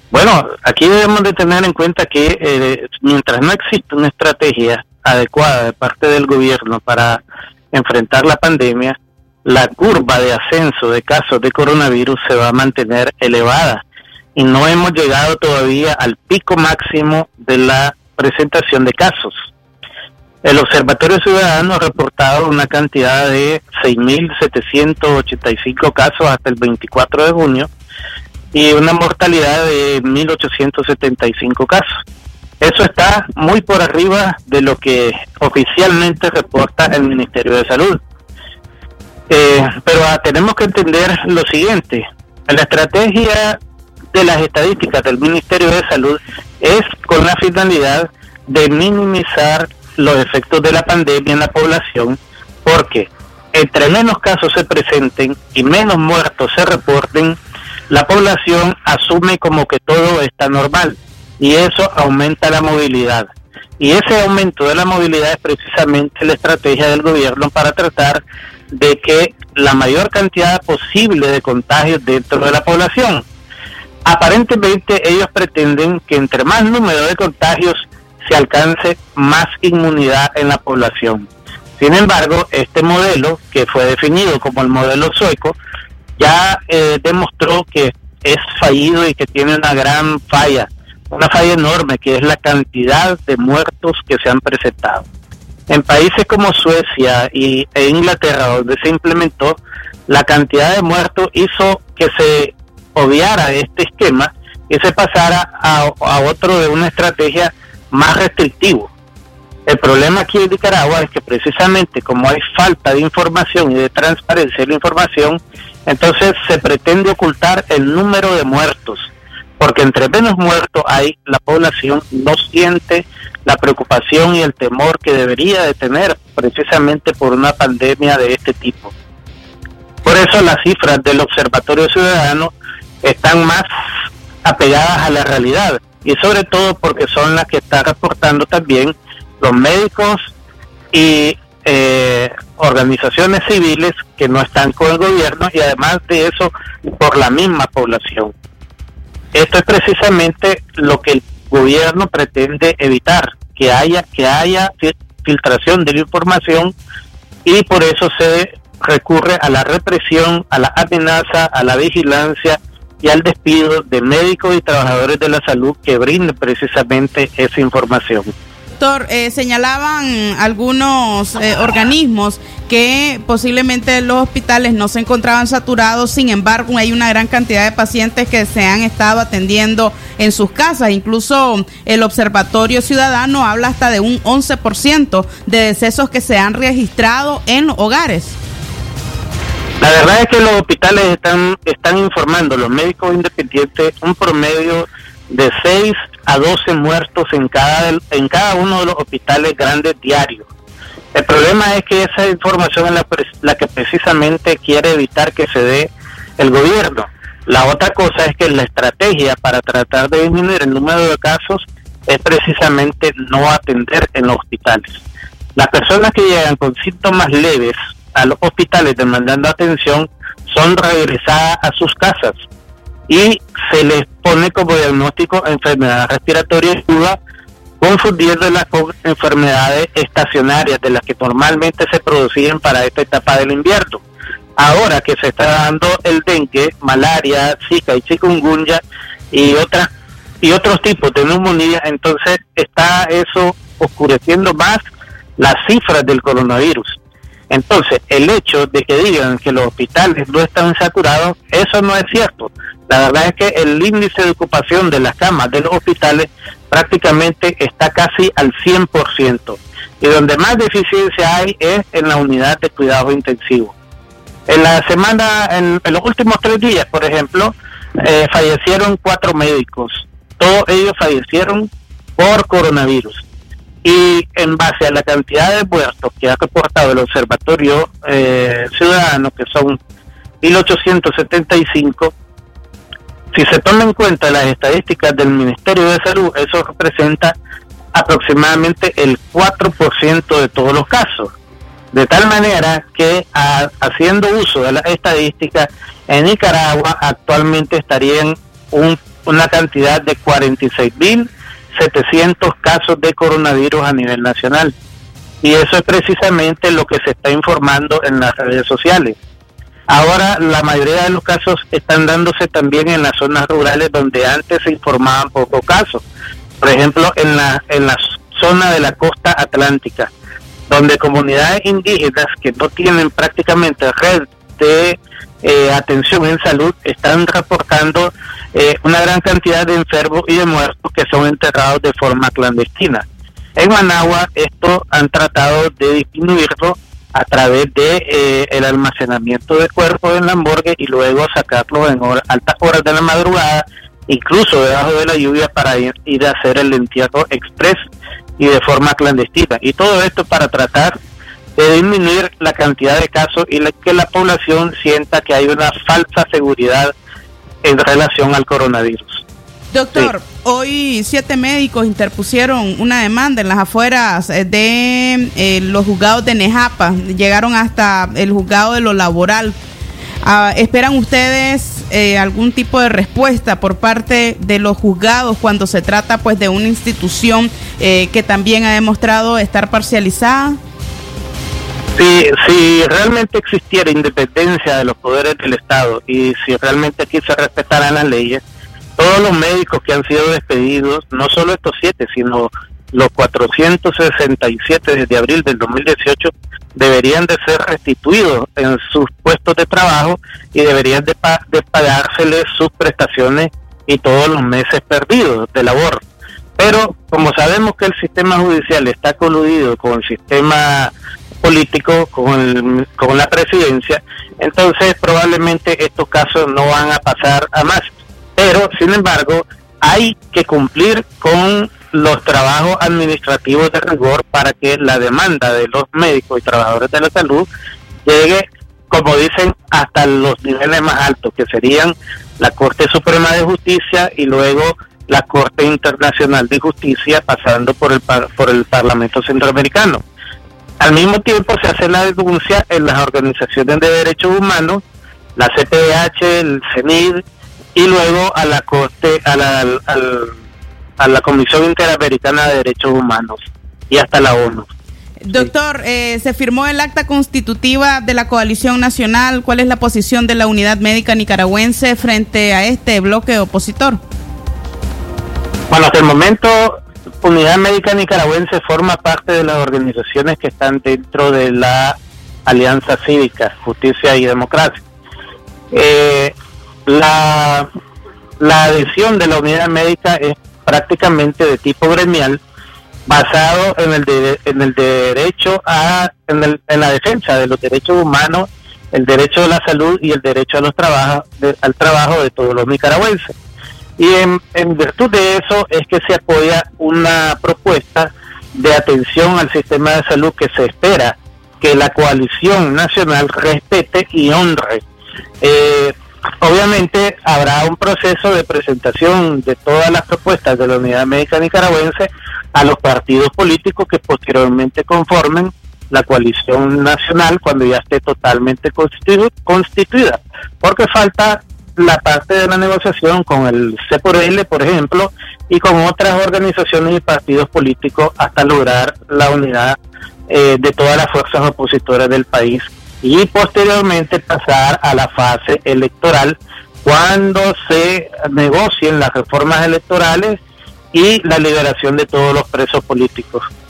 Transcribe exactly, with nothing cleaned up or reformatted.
Bueno, aquí debemos de tener en cuenta que eh, mientras no existe una estrategia adecuada de parte del gobierno para enfrentar la pandemia, la curva de ascenso de casos de coronavirus se va a mantener elevada y no hemos llegado todavía al pico máximo de la presentación de casos. El Observatorio Ciudadano ha reportado una cantidad de seis mil setecientos ochenta y cinco casos hasta el veinticuatro de junio y una mortalidad de mil ochocientos setenta y cinco casos. Eso está muy por arriba de lo que oficialmente reporta el Ministerio de Salud. Eh, pero ah, tenemos que entender lo siguiente: la estrategia de las estadísticas del Ministerio de Salud es con la finalidad de minimizar los efectos de la pandemia en la población, porque entre menos casos se presenten y menos muertos se reporten, la población asume como que todo está normal y eso aumenta la movilidad. Y ese aumento de la movilidad es precisamente la estrategia del gobierno para tratar de que la mayor cantidad posible de contagios dentro de la población. Aparentemente ellos pretenden que entre más número de contagios se alcance más inmunidad en la población. Sin embargo, este modelo, que fue definido como el modelo sueco, ya eh, demostró que es fallido y que tiene una gran falla, una falla enorme, que es la cantidad de muertos que se han presentado. En países como Suecia y, e Inglaterra, donde se implementó, la cantidad de muertos hizo que se obviara este esquema y se pasara a, a otro de una estrategia más restrictivo. El problema aquí en Nicaragua es que precisamente como hay falta de información y de transparencia de la información, entonces se pretende ocultar el número de muertos, porque entre menos muertos hay, la población no siente la preocupación y el temor que debería de tener precisamente por una pandemia de este tipo. Por eso las cifras del Observatorio Ciudadano están más apegadas a la realidad, y sobre todo porque son las que están reportando también los médicos y eh, organizaciones civiles que no están con el gobierno, y además de eso por la misma población. Esto es precisamente lo que el gobierno pretende evitar, que haya que haya filtración de la información, y por eso se recurre a la represión, a la amenaza, a la vigilancia y al despido de médicos y trabajadores de la salud que brinden precisamente esa información. Doctor, eh, señalaban algunos eh, organismos que posiblemente los hospitales no se encontraban saturados, sin embargo hay una gran cantidad de pacientes que se han estado atendiendo en sus casas. Incluso el Observatorio Ciudadano habla hasta de un once por ciento de decesos que se han registrado en hogares. La verdad es que los hospitales están están informando, los médicos independientes, un promedio de seis a doce muertos en cada en cada uno de los hospitales grandes diarios. El problema es que esa información es la, la que precisamente quiere evitar que se dé el gobierno. La otra cosa es que la estrategia para tratar de disminuir el número de casos es precisamente no atender en los hospitales. Las personas que llegan con síntomas leves a los hospitales demandando atención son regresadas a sus casas y se les pone como diagnóstico enfermedad respiratoria aguda, confundiéndolas con enfermedades estacionarias de las que normalmente se producían para esta etapa del invierno. Ahora que se está dando el dengue, malaria, zika y chikungunya y otras y otros tipos de neumonía, entonces está eso oscureciendo más las cifras del coronavirus. Entonces, el hecho de que digan que los hospitales no están saturados, eso no es cierto. La verdad es que el índice de ocupación de las camas de los hospitales prácticamente está casi al cien por ciento. Y donde más deficiencia hay es en la unidad de cuidados intensivos. En la semana, en, en los últimos tres días, por ejemplo, eh, fallecieron cuatro médicos. Todos ellos fallecieron por coronavirus. Y en base a la cantidad de muertos que ha reportado el Observatorio eh, Ciudadano, que son mil ochocientos setenta y cinco, si se toma en cuenta las estadísticas del Ministerio de Salud, eso representa aproximadamente el cuatro por ciento de todos los casos. De tal manera que a, haciendo uso de las estadísticas, en Nicaragua actualmente estarían un una cantidad de cuarenta y seis mil setecientos casos de coronavirus a nivel nacional. Y eso es precisamente lo que se está informando en las redes sociales. Ahora, la mayoría de los casos están dándose también en las zonas rurales donde antes se informaban pocos casos. Por ejemplo, en la, en la zona de la costa atlántica, donde comunidades indígenas que no tienen prácticamente red de eh, atención en salud están reportando eh, una gran cantidad de enfermos y de muertos que son enterrados de forma clandestina. En Managua esto han tratado de disminuirlo a través de eh, el almacenamiento de cuerpos en la morgue y luego sacarlo en hora, altas horas de la madrugada, incluso debajo de la lluvia, para ir, ir a hacer el entierro express y de forma clandestina. Y todo esto para tratar de disminuir la cantidad de casos y la, que la población sienta que hay una falsa seguridad en relación al coronavirus. Doctor, sí. Hoy siete médicos interpusieron una demanda en las afueras de eh, los juzgados de Nejapa, llegaron hasta el juzgado de lo laboral. Uh, ¿Esperan ustedes eh, algún tipo de respuesta por parte de los juzgados cuando se trata pues de una institución eh, que también ha demostrado estar parcializada? Si, si realmente existiera independencia de los poderes del Estado y si realmente aquí se respetaran las leyes, todos los médicos que han sido despedidos, no solo estos siete, sino los cuatrocientos sesenta y siete desde abril del dos mil dieciocho, deberían de ser restituidos en sus puestos de trabajo y deberían de, pa- de pagárseles sus prestaciones y todos los meses perdidos de labor. Pero como sabemos que el sistema judicial está coludido con el sistema político, con, el, con la presidencia, entonces probablemente estos casos no van a pasar a más. Pero, sin embargo, hay que cumplir con los trabajos administrativos de rigor para que la demanda de los médicos y trabajadores de la salud llegue, como dicen, hasta los niveles más altos, que serían la Corte Suprema de Justicia y luego la Corte Internacional de Justicia, pasando por el por el Parlamento Centroamericano. Al mismo tiempo se hace la denuncia en las organizaciones de derechos humanos, la C P D H, el CENID, y luego a la Corte, a la, al, a la Comisión Interamericana de Derechos Humanos y hasta la ONU. Doctor, eh, se firmó el acta constitutiva de la Coalición Nacional. ¿Cuál es la posición de la Unidad Médica Nicaragüense frente a este bloque opositor? Bueno, hasta el momento, Unidad Médica Nicaragüense forma parte de las organizaciones que están dentro de la Alianza Cívica, Justicia y Democracia. Eh, La, la adhesión de la unidad médica es prácticamente de tipo gremial, basado en el de, en el derecho a en, el, en la defensa de los derechos humanos, el derecho a la salud y el derecho a los trabajos de, al trabajo de todos los nicaragüenses. Y en, en virtud de eso es que se apoya una propuesta de atención al sistema de salud que se espera que la coalición nacional respete y honre. Eh, Obviamente habrá un proceso de presentación de todas las propuestas de la Unidad Médica Nicaragüense a los partidos políticos que posteriormente conformen la coalición nacional cuando ya esté totalmente constitu- constituida, porque falta la parte de la negociación con el C por L, por ejemplo, y con otras organizaciones y partidos políticos hasta lograr la unidad eh, de todas las fuerzas opositoras del país, y posteriormente pasar a la fase electoral cuando se negocien las reformas electorales y la liberación de todos los presos políticos.